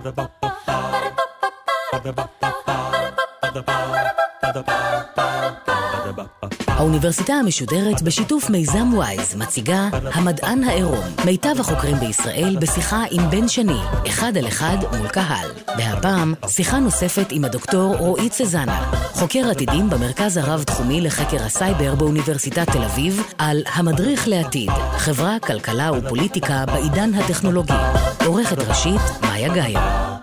האוניברסיטה המשודרת בשיתוף מיזם וויז מציגה המדען העירום, מיטב החוקרים בישראל בשיחה עם בן שני, אחד על אחד מול קהל. והפעם שיחה נוספת עם הדוקטור רועי צזנה, חוקר עתידים במרכז הרב-תחומי לחקר הסייבר באוניברסיטת תל אביב, על המדריך לעתיד, חברה, כלכלה ופוליטיקה בעידן הטכנולוגי. עורכת ראשית מאיה גאייר.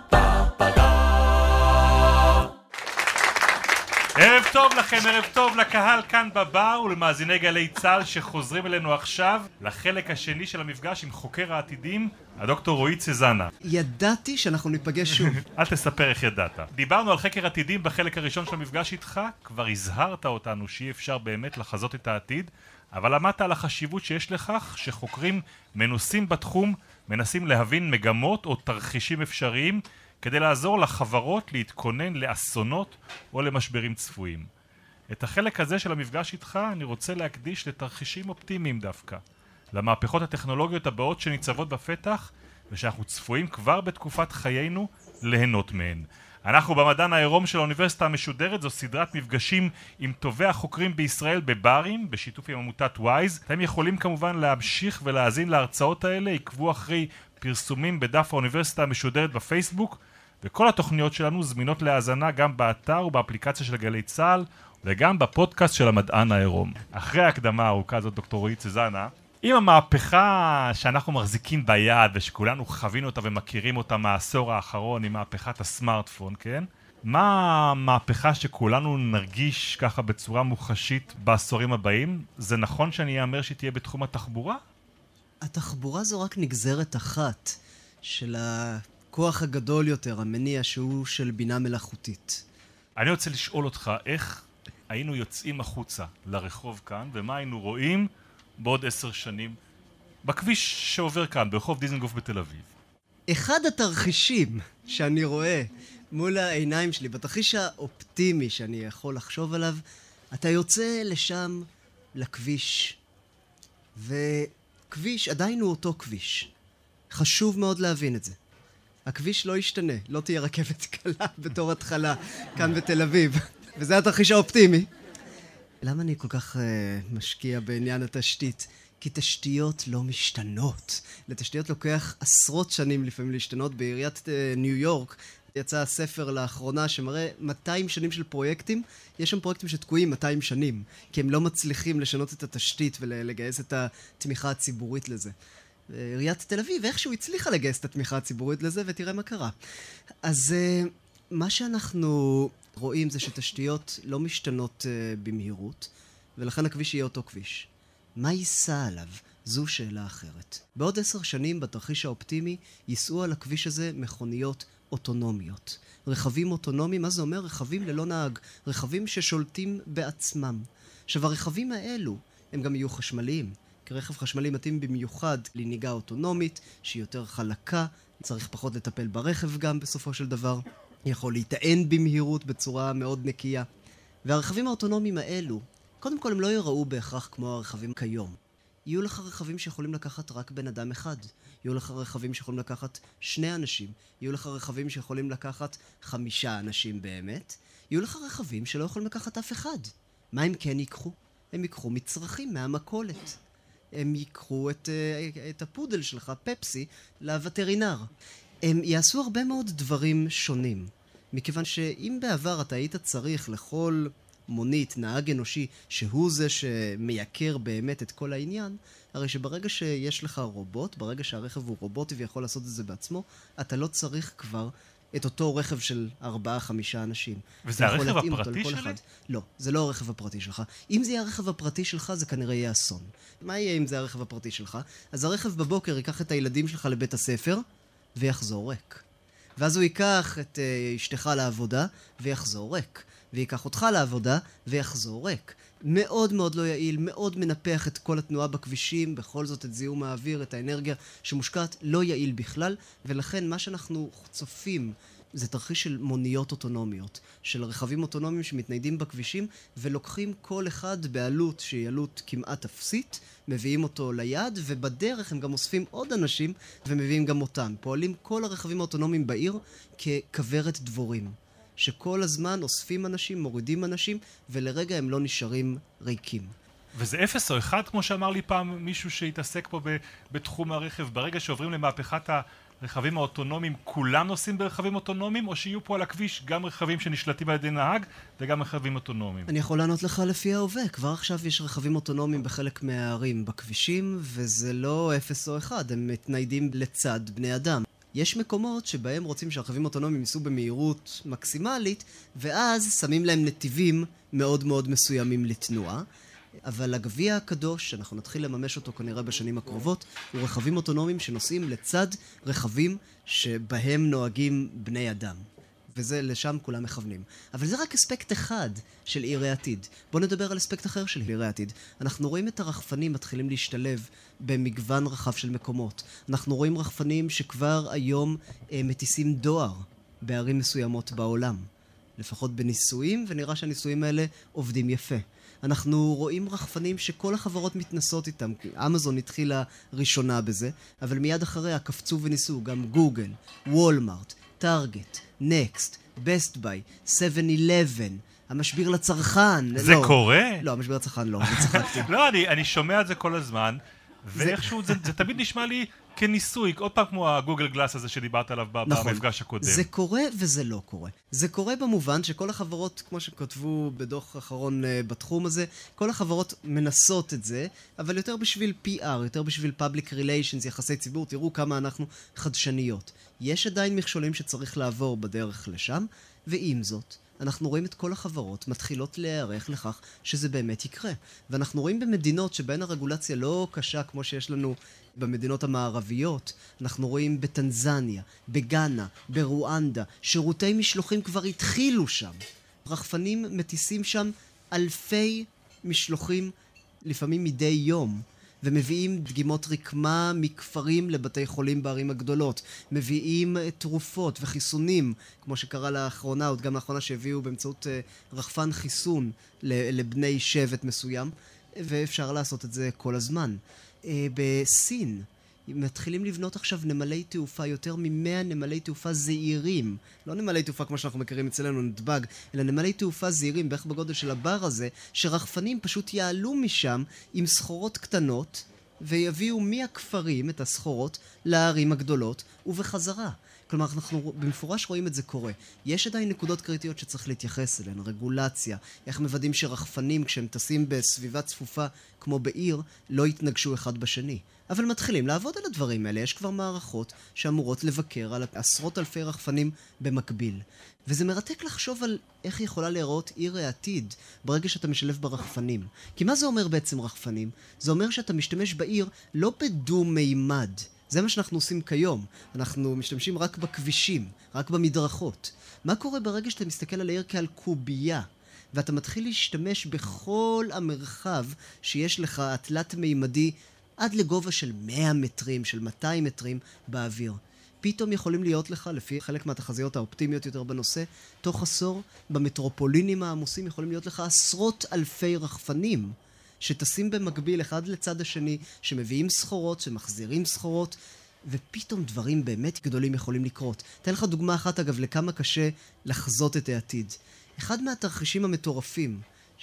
ערב טוב לכם, ערב טוב לקהל כאן בבר ולמאזיני גלי צה"ל שחוזרים אלינו עכשיו לחלק השני של המפגש עם חוקר העתידים, הדוקטור רועי צזנה. ידעתי שאנחנו ניפגש שוב. אל תספר איך ידעת. דיברנו על חקר עתידים בחלק הראשון של המפגש איתך, כבר הזהרת אותנו שאי אפשר באמת לחזות את העתיד, אבל למדת על החשיבות שיש לכך שחוקרים מנוסים בתחום מנסים להבין מגמות או תרחישים אפשריים כדי לעזור לחברות להתכונן לאסונות או למשברים צפויים. את החלק הזה של המפגש איתך אני רוצה להקדיש לתרחישים אופטימיים דווקא, למהפכות הטכנולוגיות הבאות שניצבות בפתח ושאנחנו צפויים כבר בתקופת חיינו ליהנות מהן. אנחנו במדען העירום של האוניברסיטה המשודרת, זו סדרת מפגשים עם טובי החוקרים בישראל בברים, בשיתוף עם עמותת וויז. אתם יכולים כמובן להמשיך ולהאזין להרצאות האלה, עקבו אחרי פרסומים בדף האוניברסיטה המשודרת בפייסבוק, וכל התוכניות שלנו זמינות להאזנה גם באתר ובאפליקציה של גלי צה"ל, וגם בפודקאסט של המדען העירום. אחרי ההקדמה הארוכה הזאת, דוקטור רועי צזנה, עם המהפכה שאנחנו מחזיקים ביד ושכולנו חווינו אותה ומכירים אותה מהעשור האחרון, עם מהפכת הסמארטפון, כן? מה המהפכה שכולנו נרגיש ככה בצורה מוחשית בעשורים הבאים? זה נכון שאני אאמר שתהיה בתחום התחבורה? התחבורה זו רק נגזרת אחת של הכוח הגדול יותר, המניע שהוא של בינה מלאכותית. אני רוצה לשאול אותך איך היינו יוצאים החוצה לרחוב כאן, ומה היינו רואים בעוד 10 שנים בכביש שעובר כאן, ברחוב דיזנגוף בתל אביב. אחד התרחישים שאני רואה מול העיניים שלי, בתרחיש האופטימי שאני יכול לחשוב עליו, אתה יוצא לשם, לכביש, וכביש עדיין הוא אותו כביש. חשוב מאוד להבין את זה. הכביש לא ישתנה, לא תהיה רכבת קלה בתור התחלה כאן בתל אביב. וזה התרחיש האופטימי. למה אני כל כך משקיע בעניין התשתית? כי תשתיות לא משתנות. לתשתיות לוקח עשרות שנים לפעמים להשתנות. בעיריית ניו יורק יצא ספר לאחרונה שמראה 200 שנים של פרויקטים. יש שם פרויקטים שתקועים 200 שנים, כי הם לא מצליחים לשנות את התשתית ולגייס את התמיכה הציבורית לזה. עיריית תל אביב איכשהו הצליחה לגייס את התמיכה הציבורית לזה, ותראה מה קרה. אז מה שאנחנו רואים זה שתשתיות לא משתנות במהירות, ולכן הכביש יהיה אותו כביש. מה ייסע עליו? זו שאלה אחרת. בעוד 10 שנים בתרחיש האופטימי ייסעו על הכביש הזה מכוניות אוטונומיות. רכבים אוטונומיים, מה זה אומר? רכבים ללא נהג. רכבים ששולטים בעצמם. עכשיו, הרכבים האלו הם גם יהיו חשמליים. כי רכב חשמלי מתאים במיוחד לנהיגה אוטונומית, שהיא יותר חלקה, צריך פחות לטפל ברכב גם בסופו של דבר. יכול להיטען במהירות בצורה מאוד נקייה. והרכבים האוטונומיים האלו, קודם כל הם לא יראו בהכרח כמו הרכבים כיום. יהיו לך רכבים שיכולים לקחת רק בן אדם אחד. יהיו לך רכבים שיכולים לקחת 2 אנשים. יהיו לך רכבים שיכולים לקחת 5 אנשים באמת. יהיו לך רכבים שלא יכולים לקחת אף אחד. מה הם כן ייקחו? הם ייקחו מצרכים מהמכולת. הם ייקחו את הפודל שלך, פפסי, לווטרינר. הם יעשו הרבה מאוד דברים שונים. מכיוון שאם בעבר אתה היית צריך לכל מונית, נהג אנושי, שהוא זה שמייקר באמת את כל העניין, הרי שברגע שיש לך רובוט, ברגע שהרכב הוא רובוטי ויכול לעשות את זה בעצמו, אתה לא צריך כבר את אותו רכב של 4-5 אנשים. וזה הרכב הפרטי שלי? לא, זה לא הרכב הפרטי שלך. אם זה יהיה הרכב הפרטי שלך, זה כנראה יהיה אסון. מה יהיה אם זה הרכב הפרטי שלך? אז הרכב בבוקר ייקח את הילדים שלך לבית הספר, ויחזור ריק. ואז הוא ייקח את אשתך לעבודה, ויחזור ריק. ויקח אותך לעבודה ויחזור ריק. מאוד מאוד לא יעיל, מאוד מנפח את כל התנועה בכבישים, בכל זאת את זיהום האוויר, את האנרגיה שמושקעת, לא יעיל בכלל, ולכן מה שאנחנו צופים זה תרחיש של מוניות אוטונומיות, של רכבים אוטונומיים שמתניידים בכבישים ולוקחים כל אחד בעלות שהיא עלות כמעט אפסית, מביאים אותו ליד, ובדרך הם גם אוספים עוד אנשים ומביאים גם אותם. פועלים כל הרכבים האוטונומיים בעיר ככברת דבורים, שכל הזמן אוספים אנשים, מורידים אנשים, ולרגע הם לא נשארים ריקים. וזה 0 או 1, כמו שאמר לי פעם מישהו שהתעסק פה בתחום הרכב. ברגע שעוברים למהפכת הרכבים האוטונומיים, כולם נוסעים ברכבים אוטונומיים, או שיהיו פה על הכביש גם רכבים שנשלטים על ידי נהג וגם רכבים אוטונומיים? אני יכול לענות לך לפי ההווה. כבר עכשיו יש רכבים אוטונומיים בחלק מהערים בכבישים, וזה לא 0 או 1, הם מתניידים לצד בני אדם. יש מקומות שבהם רוצים שהרכבים אוטונומיים ייסעו במהירות מקסימלית, ואז שמים להם נתיבים מאוד מאוד מסוימים לתנועה. אבל הגביע הקדוש, שאנחנו נתחיל לממש אותו כנראה בשנים הקרובות, הוא רכבים אוטונומיים שנוסעים לצד רכבים שבהם נוהגים בני אדם. וזה לשם כולם מכוונים. אבל זה רק אספקט אחד של עירי עתיד. בואו נדבר על אספקט אחר של עירי עתיד. אנחנו רואים את הרחפנים מתחילים להשתלב במגוון רחב של מקומות. אנחנו רואים רחפנים שכבר היום מטיסים דואר בערים מסוימות בעולם. לפחות בניסויים, ונראה שהניסויים האלה עובדים יפה. אנחנו רואים רחפנים שכל החברות מתנסות איתם. אמזון התחילה ראשונה בזה, אבל מיד אחריה קפצו וניסו גם גוגל, וולמארט, טארגט, נקסט, בסט ביי, 7-11, המשביר לצרכן. זה קורה? לא, המשביר לצרכן לא, אני צחקתי. לא, אני שומע את זה כל הזמן, ואיכשהו זה תמיד נשמע לי כניסוי, עוד פעם כמו הגוגל גלאס הזה שדיברת עליו במפגש הקודם. זה קורה וזה לא קורה. זה קורה במובן שכל החברות, כמו שכתבו בדוח האחרון בתחום הזה, כל החברות מנסות את זה, אבל יותר בשביל PR, יותר בשביל public relations, יחסי ציבור, תראו כמה אנחנו חדשניות. יש עדיין מכשולים שצריך לעבור בדרך לשם, ועם זאת, אנחנו רואים את כל החברות מתחילות להיערך לכך שזה באמת יקרה. ואנחנו רואים במדינות שבהן הרגולציה לא קשה כמו שיש לנו במדינות המערביות, אנחנו רואים בטנזניה, בגאנה, ברואנדה, שירותי משלוחים כבר התחילו שם. רחפנים מטיסים שם אלפי משלוחים, לפעמים מדי יום, ומביאים דגימות רקמה מכפרים לבתי חולים בערים הגדולות. מביאים תרופות וחיסונים, כמו שקרה לאחרונה, עוד גם לאחרונה שהביאו באמצעות רחפן חיסון לבני שבט מסוים, ואפשר לעשות את זה כל הזמן. בסין מתחילים לבנות עכשיו נמלי תעופה, יותר מ100 נמלי תעופה זעירים. לא נמלי תעופה כמו שאנחנו מכירים אצלנו נתב"ג, אלא נמלי תעופה זעירים בערך בגודל של הבר הזה, שרחפנים פשוט יעלו משם עם סחורות קטנות, ויביאו מהכפרים את הסחורות לערים הגדולות ובחזרה. כלומר, אנחנו במפורש רואים את זה קורה. יש עדיין נקודות קריטיות שצריך להתייחס אליהן, רגולציה, איך מוודאים שרחפנים כשהם טסים בסביבה צפופה כמו בעיר, לא יתנגשו אחד בשני. אבל מתחילים לעבוד על הדברים האלה, יש כבר מערכות שאמורות לבקר על עשרות אלפי רחפנים במקביל. וזה מרתק לחשוב על איך יכולה להיראות עיר העתיד ברגע שאתה משלב ברחפנים. כי מה זה אומר בעצם רחפנים? זה אומר שאתה משתמש בעיר לא בדו-מימד. זה מה שאנחנו עושים כיום. אנחנו משתמשים רק בכבישים, רק במדרכות. מה קורה ברגע שאתה מסתכל על העיר כעל קובייה, ואתה מתחיל להשתמש בכל המרחב שיש לך התלת מימדי עד לגובה של 100 מטרים, של 200 מטרים באוויר. פתאום יכולים להיות לך, לפי חלק מהתחזיות האופטימיות יותר בנושא, תוך עשור במטרופולינים העמוסים יכולים להיות לך עשרות אלפי רחפנים, שטסים במקביל אחד לצד השני, שמביאים סחורות, שמחזירים סחורות, ופתאום דברים באמת גדולים יכולים לקרות. אתן לך דוגמה אחת אגב לכמה קשה לחזות את העתיד. אחד מהתרחישים המטורפים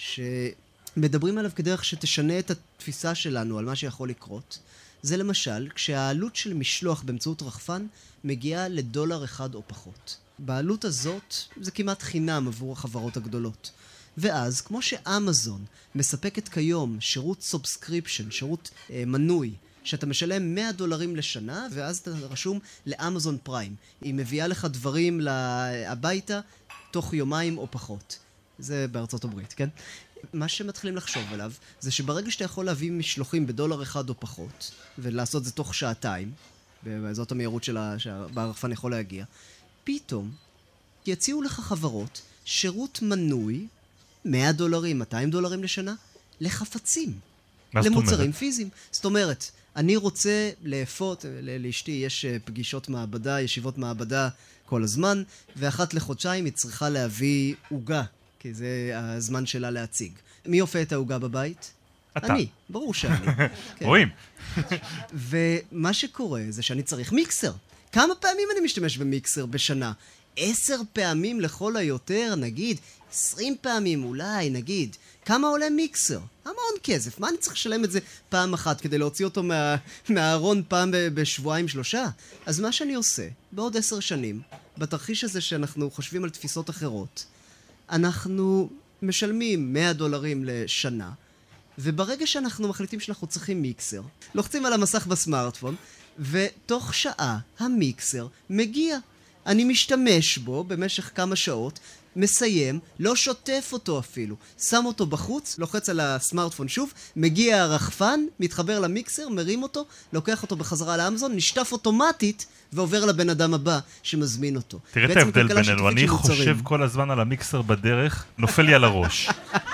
שמדברים עליו כדרך שתשנה את התפיסה שלנו על מה שיכול לקרות, זה למשל כשהעלות של משלוח באמצעות רחפן מגיעה $1 או פחות. בעלות הזאת זה כמעט חינם עבור החברות הגדולות. ואז, כמו שאמזון מספקת כיום שירות סובסקריפשן, שירות מנוי, שאתה משלם $100 לשנה, ואז אתה רשום לאמזון פריים. היא מביאה לך דברים הביתה תוך יומיים או פחות. זה בארצות הברית, כן? מה שמתחילים לחשוב עליו, זה שברגע שאתה יכול להביא משלוחים $1 או פחות, ולעשות זה תוך שעתיים, וזאת המהירות שבה הרחפן יכול להגיע, פתאום יציעו לך חברות שירות מנוי, $100, $200 לשנה, לחפצים. מה זאת אומרת? למוצרים פיזיים. זאת אומרת, אני רוצה לאפות, לאשתי יש פגישות מעבדה, ישיבות מעבדה כל הזמן, ואחת לחודשיים היא צריכה להביא עוגה, כי זה הזמן שלה להציג. מי אופה את העוגה בבית? אתה. אני, ברור שאני. כן. רואים. ומה שקורה זה שאני צריך מיקסר. כמה פעמים אני משתמש במיקסר בשנה? 10 פעמים לכל היותר, נגיד, 20 פעמים אולי, נגיד. כמה עולה מיקסר? המון כסף. מה אני צריך לשלם את זה פעם אחת כדי להוציא אותו מהארון פעם בשבועיים 3? אז מה שאני עושה, בעוד 10 שנים, בתרחיש הזה שאנחנו חושבים על תפיסות אחרות, אנחנו משלמים $100 לשנה, וברגע שאנחנו מחליטים שאנחנו צריכים מיקסר, לוחצים על המסך בסמארטפון, ותוך שעה המיקסר מגיע. אני משתמש בו במשך כמה שעות, מסיים, לא שוטף אותו אפילו, שם אותו בחוץ, לוחץ על הסמארטפון שוב, מגיע הרחפן, מתחבר למיקסר, מרים אותו, לוקח אותו בחזרה לאמזון, נשטף אוטומטית ועובר לבן אדם הבא שמזמין אותו. תראה את ההבדל בינינו, אני חושב כל הזמן על המיקסר בדרך, נופל לי על הראש.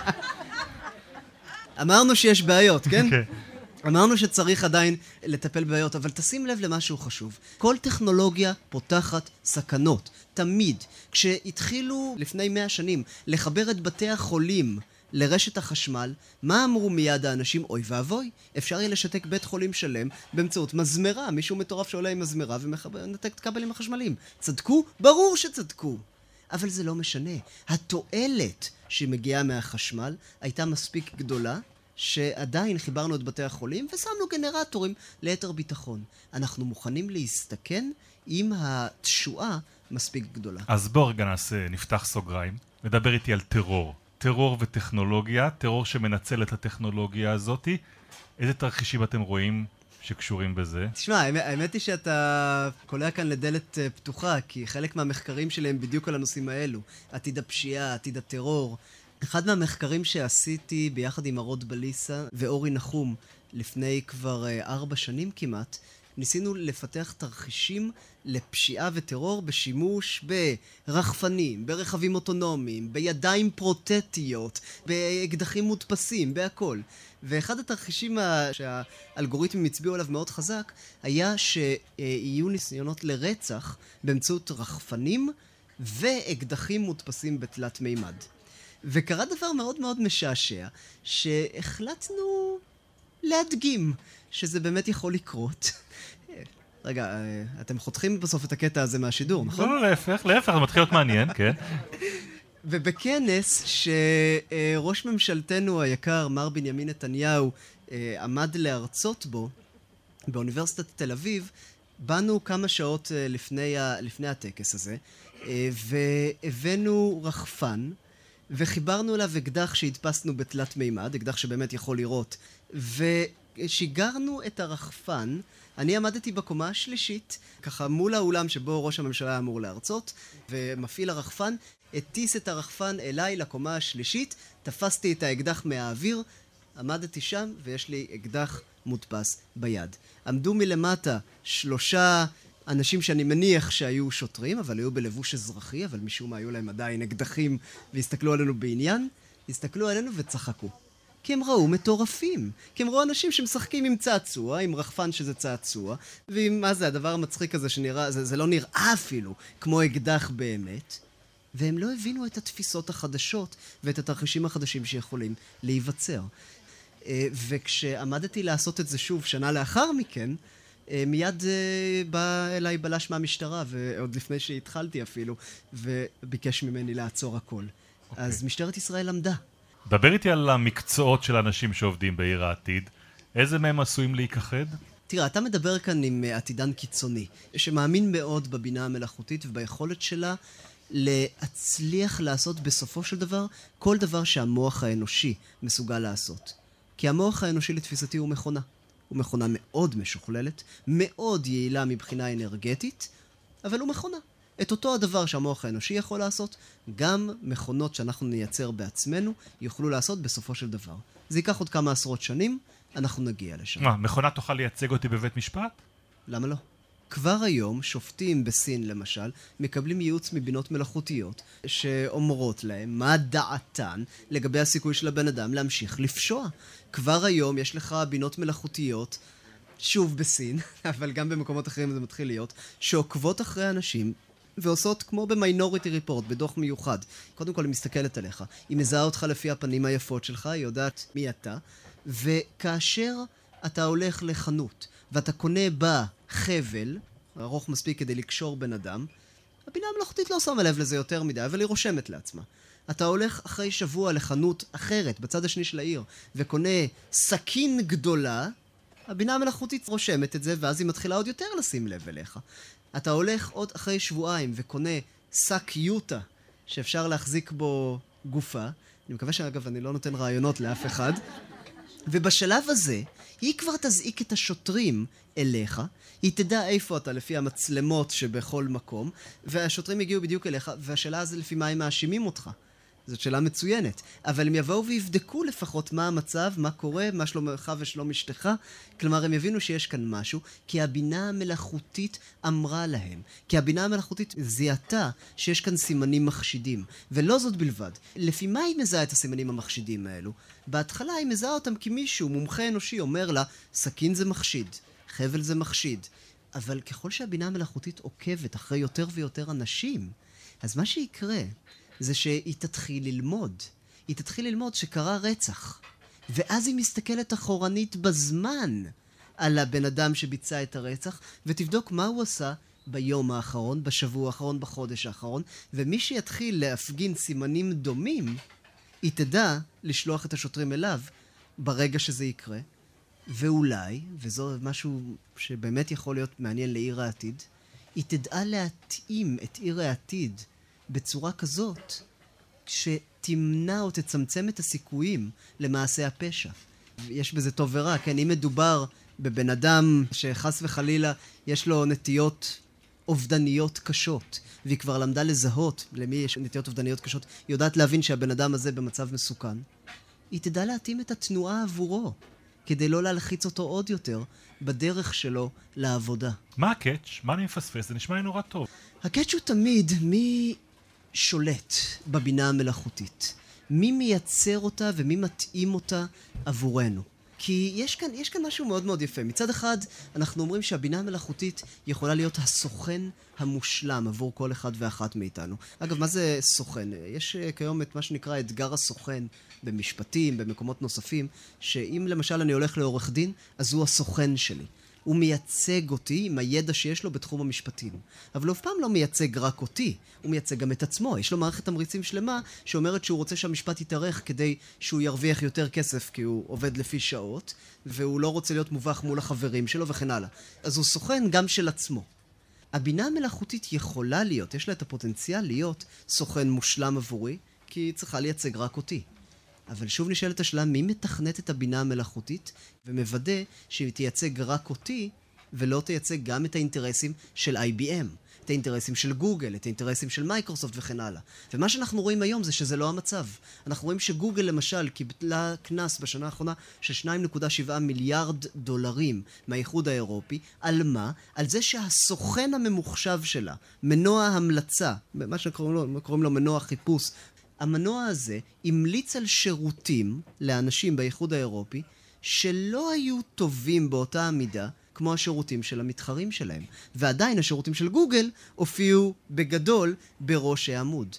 אמרנו שיש בעיות, כן? כן. אמרנו שצריך עדיין לטפל בבעיות, אבל תשים לב למשהו חשוב. כל טכנולוגיה פותחת סכנות, תמיד. כשהתחילו לפני 100 שנים לחבר את בתי החולים לרשת החשמל, מה אמרו מיד האנשים? אוי ואבוי, אפשר יהיה לשתק בית חולים שלם באמצעות מזמרה, מישהו מטורף שעולה עם מזמרה ונתק את כבלים החשמליים. צדקו? ברור שצדקו. אבל זה לא משנה. התועלת שמגיעה מהחשמל הייתה מספיק גדולה, שעדיין חיברנו את בתי החולים ושמנו גנרטורים ליתר ביטחון. אנחנו מוכנים להסתכן עם התשואה מספיק גדולה. אז בוא רגע נפתח סוגריים. נדבר איתי על טרור. טרור וטכנולוגיה, טרור שמנצל את הטכנולוגיה הזאת. איזה תרחישים אתם רואים שקשורים בזה? תשמע, האמת היא שאתה קולע כאן לדלת פתוחה, כי חלק מהמחקרים שלהם בדיוק על הנושאים האלו. עתיד הפשיעה, עתיד הטרור. אחד מהמחקרים שעשיתי ביחד עם הרוד בליסה ואורי נחום לפני כבר 4 שנים כמעט, ניסינו לפתח תרחישים לפשיעה וטרור בשימוש ברחפנים, ברכבים אוטונומיים, בידיים פרוטטיות, באקדחים מודפסים, בהכל. ואחד התרחישים שהאלגוריתמים הצביעו עליו מאוד חזק, היה שיהיו ניסיונות לרצח באמצעות רחפנים ואקדחים מודפסים בתלת מימד. וקרה דבר מאוד מאוד משעשע, שהחלטנו להדגים שזה באמת יכול לקרות. רגע, אתם חותכים בסוף את הקטע הזה מהשידור, נכון? לא, להפך, זה מתחיל להיות מעניין, כן. ובכנס שראש ממשלתנו היקר, מר בנימין נתניהו, עמד להרצות בו, באוניברסיטת תל אביב, באנו כמה שעות לפני הטקס הזה, והבאנו רחפן, וחיברנו אליו אקדח שהדפסנו בתלת מימד, אקדח שבאמת יכול לראות, ושיגרנו את הרחפן. אני עמדתי בקומה השלישית, ככה מול האולם שבו ראש הממשלה אמור להרצות, ומפעיל הרחפן הטיס את הרחפן אליי לקומה השלישית, תפסתי את האקדח מהאוויר, עמדתי שם ויש לי אקדח מודפס ביד. עמדו מלמטה 3 אנשים שאני מניח שהיו שוטרים, אבל היו בלבוש אזרחי, אבל משום מה היו להם עדיין אקדחים והסתכלו עלינו בעניין, הסתכלו עלינו וצחקו. כי הם ראו מטורפים, כי הם ראו אנשים שמשחקים עם צעצוע, עם רחפן שזה צעצוע, ועם מה זה הדבר המצחיק הזה שנראה, זה לא נראה אפילו כמו אקדח באמת, והם לא הבינו את התפיסות החדשות ואת התרחישים החדשים שיכולים להיווצר. וכשעמדתי לעשות את זה שוב שנה לאחר מכן, מיד בא אליי בלש מהמשטרה, ועוד לפני שהתחלתי אפילו, וביקש ממני לעצור הכל. אז משטרת ישראל למדה. דבר איתי על המקצועות של האנשים שעובדים בעיר העתיד. איזה מהם עשויים להיכחד? תראה, אתה מדבר כאן עם עתידן קיצוני, שמאמין מאוד בבינה המלאכותית וביכולת שלה להצליח לעשות בסופו של דבר כל דבר שהמוח האנושי מסוגל לעשות. כי המוח האנושי לתפיסתי הוא מכונה. הוא מכונה מאוד משוכללת, מאוד יעילה מבחינה אנרגטית, אבל הוא מכונה. את אותו הדבר שהמוח האנושי יכול לעשות, גם מכונות שאנחנו נייצר בעצמנו יוכלו לעשות בסופו של דבר. זה ייקח עוד כמה עשרות שנים, אנחנו נגיע לשם. מכונה תוכל לייצג אותי בבית משפט? למה לא? כבר היום שופטים בסין למשל מקבלים ייעוץ מבינות מלאכותיות שאומרות להם מה דעתן לגבי הסיכוי של הבן אדם להמשיך לפשוע. כבר היום יש לך בינות מלאכותיות, שוב בסין, אבל גם במקומות אחרים זה מתחיל להיות, שעוקבות אחרי אנשים ועושות כמו במיינוריטי ריפורט, בדוח מיוחד. קודם כל היא מסתכלת עליך, היא מזהה אותך לפי הפנים היפות שלך, היא יודעת מי אתה, וכאשר אתה הולך לחנות ואתה קונה בה חבל, ארוך מספיק כדי לקשור בן אדם, הבינה המלאכותית לא שמה לב לזה יותר מדי, אבל היא רושמת לעצמה. אתה הולך אחרי שבוע לחנות אחרת, בצד השני של העיר, וקונה סכין גדולה, הבינה המלאכותית רושמת את זה, ואז היא מתחילה עוד יותר לשים לב אליך. אתה הולך עוד אחרי שבועיים וקונה שק יוטה, שאפשר להחזיק בו גופה. אני מקווה שאגב אני לא נותן רעיונות לאף אחד. ובשלב הזה, היא כבר תזעיק את השוטרים אליך, היא תדע איפה אתה לפי המצלמות שבכל מקום, והשוטרים יגיעו בדיוק אליך, והשאלה זה לפי מה הם מאשימים אותך. זאת שאלה מצוינת. אבל הם יבואו ויבדקו לפחות מה המצב, מה קורה, מה שלומך ושלום אשתך. כלומר, הם יבינו שיש כאן משהו, כי הבינה המלאכותית אמרה להם. כי הבינה המלאכותית זיהתה שיש כאן סימנים מחשידים. ולא זאת בלבד. לפי מה היא מזהה את הסימנים המחשידים האלו? בהתחלה היא מזהה אותם כי מישהו, מומחה אנושי, אומר לה, סכין זה מחשיד, חבל זה מחשיד. אבל ככל שהבינה המלאכותית עוקבת אחרי יותר ויותר אנשים, אז מה שיקרה זה שהיא תתחיל ללמוד. היא תתחיל ללמוד שקרה רצח. ואז היא מסתכלת אחורנית בזמן על הבן אדם שביצע את הרצח, ותבדוק מה הוא עשה ביום האחרון, בשבוע האחרון, בחודש האחרון, ומי שיתחיל להפגין סימנים דומים, היא תדע לשלוח את השוטרים אליו ברגע שזה יקרה. ואולי, וזו משהו שבאמת יכול להיות מעניין לעיר העתיד, היא תדע להתאים את עיר העתיד בצורה כזאת שתמנע או תצמצם את הסיכויים למעשה הפשע. יש בזה טוב ורע, כן? אם מדובר בבן אדם שחס וחלילה יש לו נטיות אובדניות קשות, והיא כבר למדה לזהות למי יש נטיות אובדניות קשות, היא יודעת להבין שהבן אדם הזה במצב מסוכן, היא תדע להתאים את התנועה עבורו, כדי לא להלחיץ אותו עוד יותר בדרך שלו לעבודה. מה הקאץ'? מה אני מפספס? זה נשמע לי נורא טוב. הקאץ' הוא תמיד מי שולט בבינה המלאכותית. מי מייצר אותה ומי מתאים אותה עבורנו. כי יש כאן משהו מאוד מאוד יפה. מצד אחד, אנחנו אומרים שהבינה המלאכותית יכולה להיות הסוכן המושלם עבור כל אחד ואחת מאיתנו. אגב, מה זה סוכן? יש כיום את מה שנקרא אתגר הסוכן במשפטים, במקומות נוספים, שאם למשל אני הולך לעורך דין, אז הוא הסוכן שלי. הוא מייצג אותי עם הידע שיש לו בתחום המשפטים. אבל הוא אף פעם לא מייצג רק אותי, הוא מייצג גם את עצמו. יש לו מערכת תמריצים שלמה שאומרת שהוא רוצה שהמשפט יתארך כדי שהוא ירוויח יותר כסף, כי הוא עובד לפי שעות, והוא לא רוצה להיות מובך מול החברים שלו וכן הלאה. אז הוא סוכן גם של עצמו. הבינה המלאכותית יכולה להיות, יש לה את הפוטנציאל להיות סוכן מושלם עבורי, כי היא צריכה לייצג רק אותי. אבל שוב נשאלת השאלה, מי מתכנת את הבינה המלאכותית ומוודא שהיא תייצג רק אותי ולא תייצג גם את האינטרסים של IBM, את האינטרסים של גוגל, את האינטרסים של מייקרוסופט וכן הלאה. ומה שאנחנו רואים היום זה שזה לא המצב. אנחנו רואים שגוגל למשל קיבלה כנס בשנה האחרונה של 2.7 מיליארד דולרים מהאיחוד האירופי. על מה? על זה שהסוכן הממוחשב שלה, מנוע המלצה, מה שקוראים לו מנוע חיפוש, המנוע הזה המליץ על שירותים לאנשים באיחוד האירופי שלא היו טובים באותה המידה כמו השירותים של המתחרים שלהם. ועדיין השירותים של גוגל הופיעו בגדול בראש העמוד.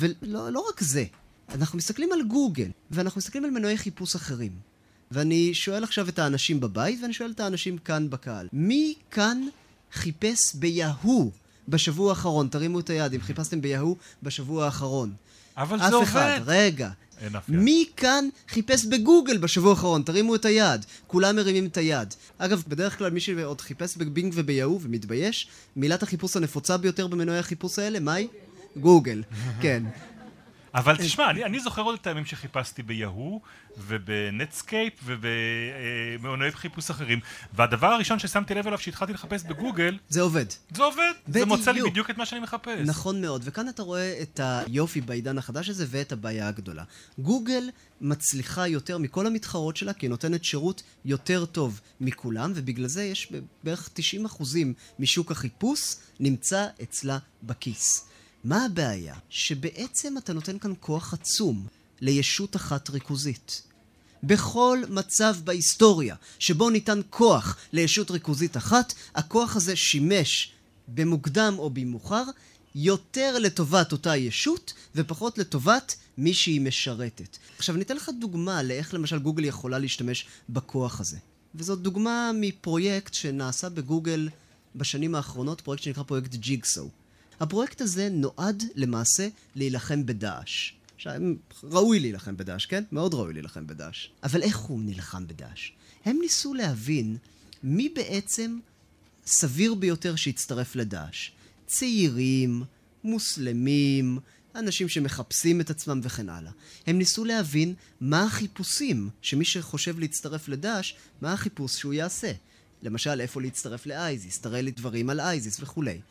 ולא רק זה, אנחנו מסתכלים על גוגל ואנחנו מסתכלים על מנועי חיפוש אחרים. ואני שואל עכשיו את האנשים בבית ואני שואל את האנשים כאן בקהל. מי כאן חיפש ביהו בשבוע האחרון? תרימו את היד אם חיפשתם ביהו בשבוע האחרון. אבל זה עובד. אף אחד, רגע. אין אף יד. מי כאן חיפש בגוגל בשבוע האחרון? תרימו את היד. כולם מרימים את היד. אגב, בדרך כלל מי שעוד חיפש בבינג וביהו ומתבייש, מילת החיפוש הנפוצה ביותר במנועי החיפוש האלה, מהי? גוגל. כן. אבל תשמע, אני זוכר עוד את הימים שחיפשתי ביהו ובנטסקייפ ובמנועי חיפוש אחרים, והדבר הראשון ששמתי לב אליו שהתחלתי לחפש בגוגל, זה עובד. זה עובד, זה מוצא לי בדיוק את מה שאני מחפש. נכון מאוד, וכאן אתה רואה את היופי בעידן החדש הזה ואת הבעיה הגדולה. גוגל מצליחה יותר מכל המתחרות שלה, כי היא נותנת שירות יותר טוב מכולם, ובגלל זה יש בערך 90% משוק החיפוש נמצא אצלה בכיס. מה הבעיה? שבעצם אתה נותן כאן כוח עצום לישות אחת ריכוזית. בכל מצב בהיסטוריה שבו ניתן כוח לישות ריכוזית אחת, הכוח הזה שימש במוקדם או במאוחר יותר לטובת אותה ישות ופחות לטובת מי שהיא משרתת. עכשיו ניתן לך דוגמה לאיך למשל גוגל יכולה להשתמש בכוח הזה. וזאת דוגמה מפרויקט שנעשה בגוגל בשנים האחרונות, פרויקט שנקרא פרויקט ג'יגסו. הפרויקט הזה נועד למעשה להילחם בדאעש. ראוי להילחם בדאעש, כן? מאוד ראוי להילחם בדאעש. אבל איך הוא נלחם בדאעש? הם ניסו להבין מי בעצם סביר ביותר שיצטרף לדאעש. צעירים, מוסלמים, אנשים שמחפשים את עצמם וכן הלאה. הם ניסו להבין מה החיפושים שמי שחושב להצטרף לדאעש, מה החיפוש שהוא יעשה. למשל, איפה להצטרף לאייזיס, תראה לי דברים על אייזיס וכולי.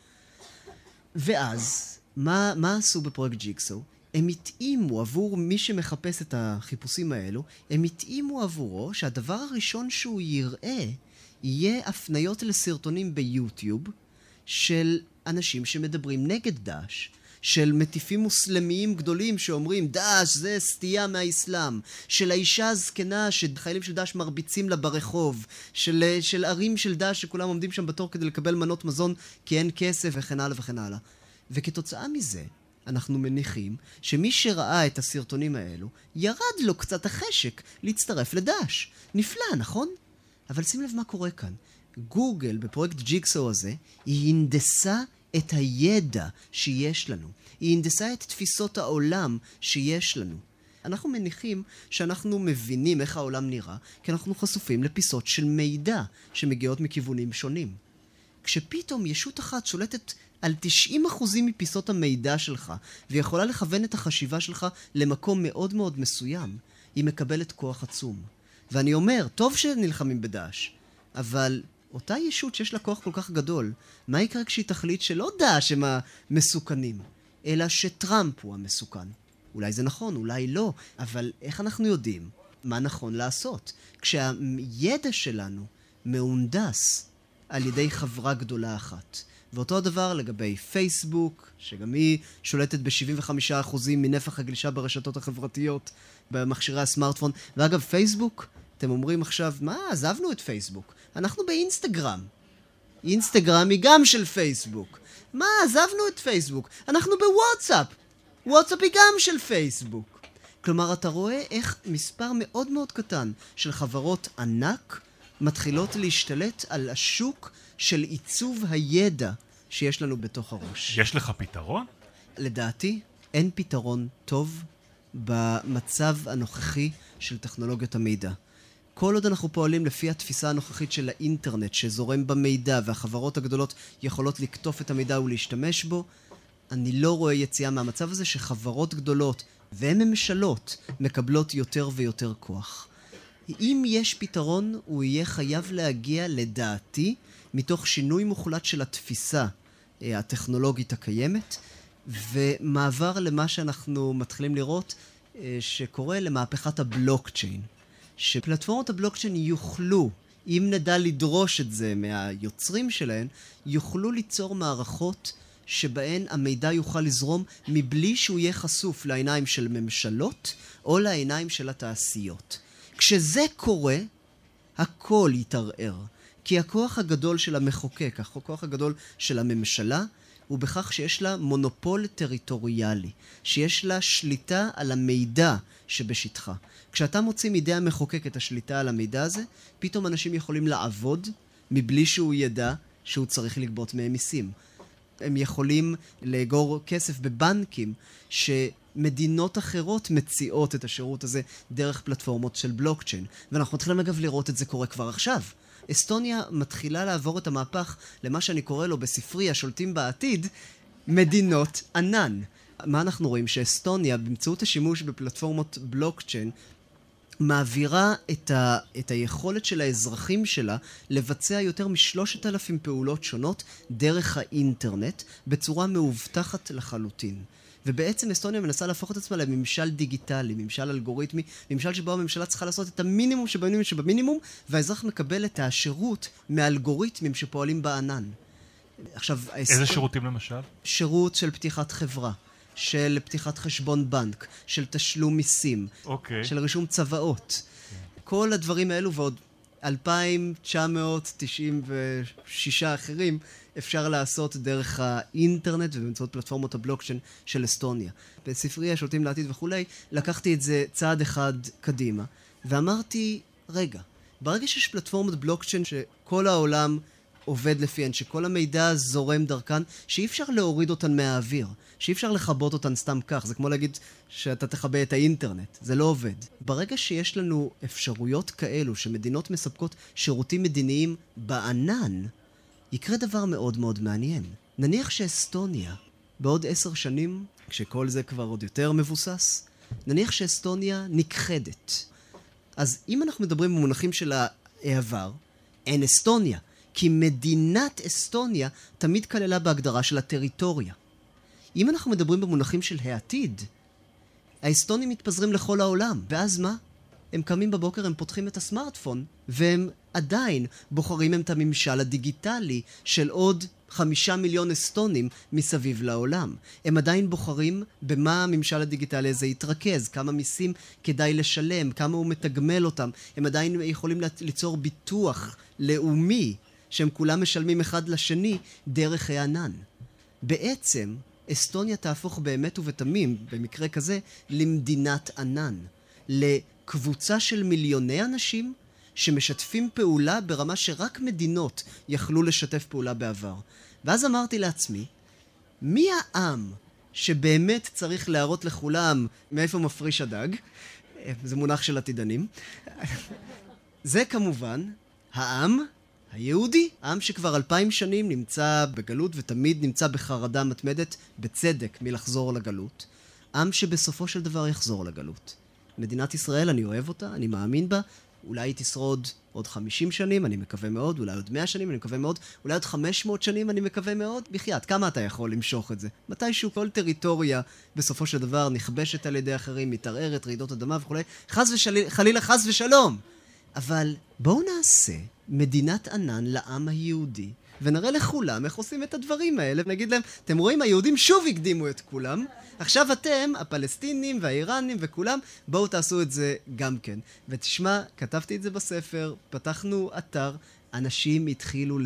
ואז, מה עשו בפרויקט ג'יגסו? הם התאימו עבור מי שמחפש את החיפושים האלו, הם התאימו עבורו שהדבר הראשון שהוא יראה יהיה הפניות לסרטונים ביוטיוב של אנשים שמדברים נגד דאעש, של מטיפים מוסלמיים גדולים שאומרים דאעש זה סטייה מהאסלאם, של האישה הזקנה שחיילים של דאעש מרביצים לה ברחוב, של ערים של דאעש שכולם עומדים שם בתור כדי לקבל מנות מזון כי אין כסף וכן הלאה וכן הלאה. וכתוצאה מזה אנחנו מניחים שמי שראה את הסרטונים האלו ירד לו קצת החשק להצטרף לדאעש. נפלא, נכון? אבל שים לב מה קורה כאן. גוגל בפרויקט ג'יגסו הזה היא הנדסה את הידע שיש לנו. היא הנדסה את תפיסות העולם שיש לנו. אנחנו מניחים שאנחנו מבינים איך העולם נראה, כי אנחנו חשופים לפיסות של מידע שמגיעות מכיוונים שונים. כשפתאום ישות אחת שולטת על 90% מפיסות המידע שלך, ויכולה לכוון את החשיבה שלך למקום מאוד מאוד מסוים, היא מקבלת כוח עצום. ואני אומר, טוב שנלחמים בדאעש, אבל אותה ישות שיש לה כוח כל כך גדול, מה יקרה כשהיא תחליט שלא דאעש הם המסוכנים, אלא שטראמפ הוא המסוכן? אולי זה נכון, אולי לא, אבל איך אנחנו יודעים מה נכון לעשות? כשהידע שלנו מהונדס על ידי חברה גדולה אחת. ואותו הדבר לגבי פייסבוק, שגם היא שולטת ב-75% מנפח הגלישה ברשתות החברתיות, במכשירי הסמארטפון. ואגב, פייסבוק, אתם אומרים עכשיו, מה, עזבנו את פייסבוק. אנחנו באינסטגרם. אינסטגרם היא גם של פייסבוק. מה, עזבנו את פייסבוק. אנחנו בוואטסאפ. וואטסאפ היא גם של פייסבוק. כלומר, אתה רואה איך מספר מאוד מאוד קטן של חברות ענק מתחילות להשתלט על השוק של עיצוב הידע שיש לנו בתוך הראש. יש לך פתרון? לדעתי, אין פתרון טוב במצב הנוכחי של טכנולוגיות המידע. כל עוד אנחנו פועלים לפי התפיסה הנוכחית של האינטרנט שזורם במידע והחברות הגדולות יכולות לקטוף את המידע ולהשתמש בו, אני לא רואה יציאה מהמצב הזה שחברות גדולות וממשלות מקבלות יותר ויותר כוח. אם יש פתרון, הוא יהיה חייב להגיע לדעתי מתוך שינוי מוחלט של התפיסה הטכנולוגית הקיימת, ומעבר למה שאנחנו מתחילים לראות שקורה למהפכת הבלוקצ'יין. שפלטפורמות הבלוקצ'יין יוכלו, אם נדע לדרוש את זה מהיוצרים שלהן, יוכלו ליצור מערכות שבהן המידע יוכל לזרום מבלי שהוא יהיה חשוף לעיניים של ממשלות או לעיניים של התעשיות. כשזה קורה, הכל יתערער. כי הכוח הגדול של המחוקק, הכוח הגדול של הממשלה, הוא בכך שיש לה מונופול טריטוריאלי, שיש לה שליטה על המידע שבשטחה. כשאתה מוציא מידי המחוקק את השליטה על המידע הזה, פתאום אנשים יכולים לעבוד מבלי שהוא ידע שהוא צריך לגבות מהם מיסים. הם יכולים לאגור כסף בבנקים שמדינות אחרות מציעות את השירות הזה דרך פלטפורמות של בלוקצ'יין. ואנחנו מתחילים אגב לראות את זה קורה כבר עכשיו. אסטוניה מתחילה לעבור את המהפך למה שאני קורא לו בספרי השולטים בעתיד, מדינות ענן. מה אנחנו רואים? שאסטוניה, באמצעות השימוש בפלטפורמות בלוקצ'יין, מעבירה את היכולת של האזרחים שלה לבצע יותר מ3,000 פעולות שונות דרך האינטרנט בצורה מאובטחת לחלוטין. ובעצם אסטוניה מנסה להפוך את עצמה לממשל דיגיטלי, ממשל אלגוריתמי, ממשל שבו הממשלה צריכה לעשות את המינימום שבמינימום, והאזרח מקבל את השירות מאלגוריתמים שפועלים בענן. עכשיו, איזה שירותים למשל? שירות של פתיחת חברה, של פתיחת חשבון בנק, של תשלום מיסים, של רישום צוואות. כל הדברים האלו ועוד 2,996 אחרים אפשר לעשות דרך האינטרנט ובאמצעות פלטפורמות הבלוקצ'יין של אסטוניה. בספרייה שולטים לעתיד וכולי, לקחתי את זה צעד אחד קדימה, ואמרתי, רגע, ברגע שיש פלטפורמות בלוקצ'יין שכל העולם עובד לפיהן, שכל המידע זורם דרכן, שאי אפשר להוריד אותן מהאוויר, שאי אפשר לחבות אותן סתם כך, זה כמו להגיד שאתה תחבא את האינטרנט, זה לא עובד. ברגע שיש לנו אפשרויות כאלו שמדינות מספקות שירותים מדיניים בענן, יקרה דבר מאוד מאוד מעניין. נניח שאסטוניה, בעוד 10 שנים, כשכל זה כבר עוד יותר מבוסס, נניח שאסטוניה נכחדת. אז אם אנחנו מדברים במונחים של העבר, אין אסטוניה. כי מדינת אסטוניה תמיד כללה בהגדרה של הטריטוריה. אם אנחנו מדברים במונחים של העתיד, האסטונים מתפזרים לכל העולם, ואז מה? הם קמים בבוקר, הם פותחים את הסמארטפון, והם עדיין בוחרים את הממשל הדיגיטלי של עוד 5 מיליון אסטונים מסביב לעולם. הם עדיין בוחרים במה הממשל הדיגיטלי הזה יתרכז, כמה מיסים כדאי לשלם, כמה הוא מתגמל אותם. הם עדיין יכולים ליצור ביטוח לאומי, שהם כולם משלמים אחד לשני דרך הענן. בעצם, אסטוניה תהפוך באמת ובתמים, במקרה כזה, למדינת ענן. לקבוצה של מיליוני אנשים שמשתפים פעולה ברמה שרק מדינות יכלו לשתף פעולה בעבר. ואז אמרתי לעצמי, מי העם שבאמת צריך להראות לכולם מאיפה מפריש הדג? זה מונח של עתידנים. זה כמובן העם היהודי, העם שכבר 2,000 שנים נמצא בגלות ותמיד נמצא בחרדה מתמדת בצדק מלחזור לגלות. עם שבסופו של דבר יחזור לגלות. מדינת ישראל, אני אוהב אותה, אני מאמין בה, אולי היא תשרוד עוד 50 שנים, אני מקווה מאוד, אולי עוד 100 שנים, אני מקווה מאוד, אולי עוד 500 שנים, אני מקווה מאוד. בחייאת, כמה אתה יכול למשוך את זה? מתישהו כל טריטוריה בסופו של דבר נכבשת על ידי אחרים, מתערערת, רעידות אדמה וכולי, חלילה חס ושלום. אבל בואו נעשה מדינת ענן לעם היהודי, ונראה לכולם איך עושים את הדברים האלה, ונגיד להם, אתם רואים, היהודים שוב הקדימו את כולם, עכשיו אתם, הפלסטינים והאיראנים וכולם, בואו תעשו את זה גם כן. ותשמע, כתבתי את זה בספר, פתחנו אתר, אנשים התחילו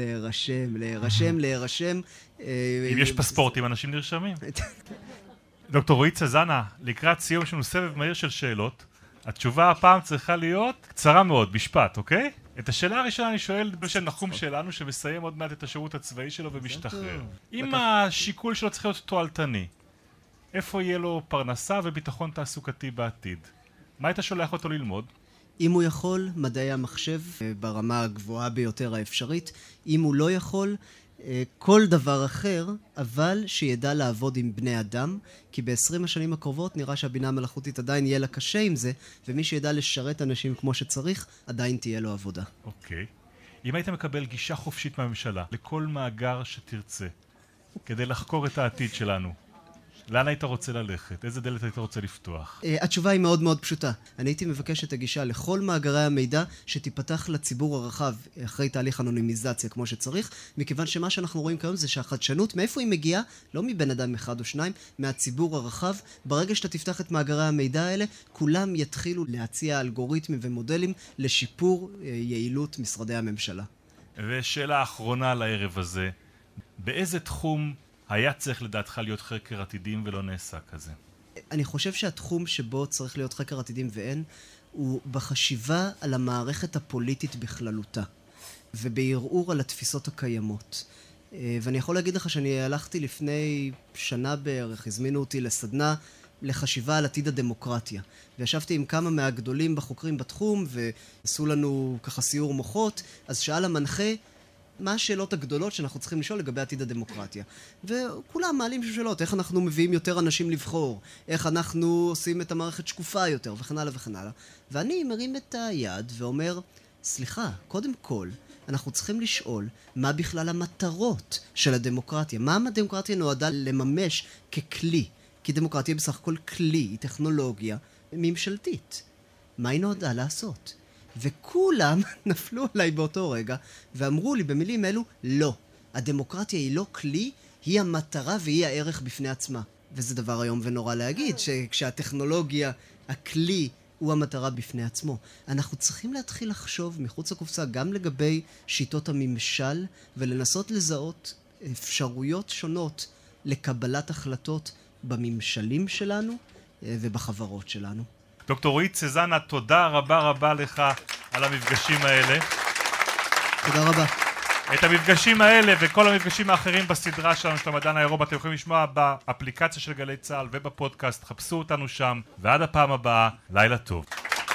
להירשם. אם יש פספורטים, אנשים נרשמים. דוקטור רועי צזנה, לקראת סיום יש לנו סבב מהיר של שאלות. התשובה הפעם צריכה להיות קצרה מאוד, משפט, אוקיי? את השאלה הראשונה אני שואל בשל נחום שלנו, שמסיים עוד מעט את השירות הצבאי שלו ומשתחרר. אם השיקול שלו צריך להיות תועלתני, איפה יהיה לו פרנסה וביטחון תעסוקתי בעתיד? מה היית שולח אותו ללמוד? אם הוא יכול, מדעי המחשב ברמה הגבוהה ביותר האפשרית. אם הוא לא יכול, כל דבר אחר, אבל שידע לעבוד עם בני אדם, כי ב-20 השנים הקרובות נראה שהבינה המלאכותית עדיין יהיה לה קשה עם זה, ומי שידע לשרת אנשים כמו שצריך, עדיין תהיה לו עבודה. אוקיי. אם היית מקבל גישה חופשית מהממשלה, לכל מאגר שתרצה, כדי לחקור את העתיד שלנו, לאן היית רוצה ללכת? איזה דלת היית רוצה לפתוח? התשובה היא מאוד מאוד פשוטה. אני הייתי מבקש את הגישה לכל מאגרי המידע שתיפתח לציבור הרחב אחרי תהליך אנונימיזציה כמו שצריך, מכיוון שמה שאנחנו רואים כיום זה שהחדשנות, מאיפה היא מגיעה? לא מבן אדם אחד או שניים, מהציבור הרחב. ברגע שאתה תפתח את מאגרי המידע האלה, כולם יתחילו להציע אלגוריתמים ומודלים לשיפור יעילות משרדי הממשלה. ושאלה אחרונה לערב הזה, באיזה תחום היה צריך לדעתך להיות חקר עתידים ולא נעשה כזה? אני חושב שהתחום שבו צריך להיות חקר עתידים ואין, הוא בחשיבה על המערכת הפוליטית בכללותה, ובערעור על התפיסות הקיימות. ואני יכול להגיד לך שאני הלכתי לפני שנה בערך, הזמינו אותי לסדנה לחשיבה על עתיד הדמוקרטיה. וישבתי עם כמה מהגדולים בחוקרים בתחום, ועשו לנו ככה סיור מוחות, אז שאל המנחה, מה השאלות הגדולות שאנחנו צריכים לשאול לגבי עתיד הדמוקרטיה. וכולם מעלים שאלות, איך אנחנו מביאים יותר אנשים לבחור, איך אנחנו עושים את המערכת שקופה יותר, וכן הלאה וכן הלאה. ואני מרים את היד ואומר, סליחה, קודם כל, אנחנו צריכים לשאול מה בכלל המטרות של הדמוקרטיה. מה הדמוקרטיה נועדה לממש ככלי? כי דמוקרטיה בסך הכל כלי, היא טכנולוגיה ממשלתית. מה היא נועדה לעשות? וכולם נפלו עליי באותו רגע ואמרו לי במילים אלו, לא. הדמוקרטיה היא לא כלי, היא המטרה והיא הערך בפני עצמה. וזה דבר היום ונורא להגיד, שכשהטכנולוגיה, הכלי, הוא המטרה בפני עצמו. אנחנו צריכים להתחיל לחשוב מחוץ לקופסה גם לגבי שיטות הממשל, ולנסות לזהות אפשרויות שונות לקבלת החלטות בממשלים שלנו ובחברות שלנו. דוקטור רועי צזנה, תודה רבה רבה לך על המפגשים האלה. תודה רבה. את המפגשים האלה וכל המפגשים האחרים בסדרה שלנו של המדען העירום אתם יכולים לשמוע באפליקציה של גלי צהל ובפודקאסט. חפשו אותנו שם, ועד הפעם הבאה, לילה טוב.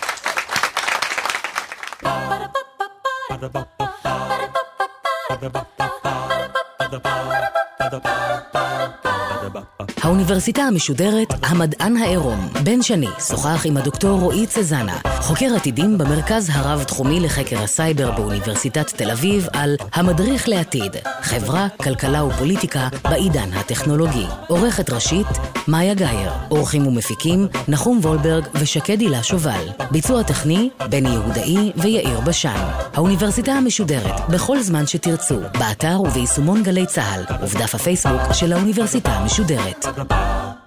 האוניברסיטה המשודרת, המדען העירום. בן שני שוחח עם הדוקטור רועי צזנה, חוקר עתידים במרכז הרב-תחומי לחקר הסייבר באוניברסיטת תל אביב, על המדריך לעתיד, חברה, כלכלה ופוליטיקה בעידן הטכנולוגי. עורכת ראשית, מאיה גייר. עורכים ומפיקים, נחום וולברג ושקד הילה שובל. ביצוע טכני, בני יהודאי ויאיר בשן. האוניברסיטה המשודרת, בכל זמן שתרצו, באתר וביישומון גלי צהל, ובדף הפייסבוק של האוניברסיטה המשודרת.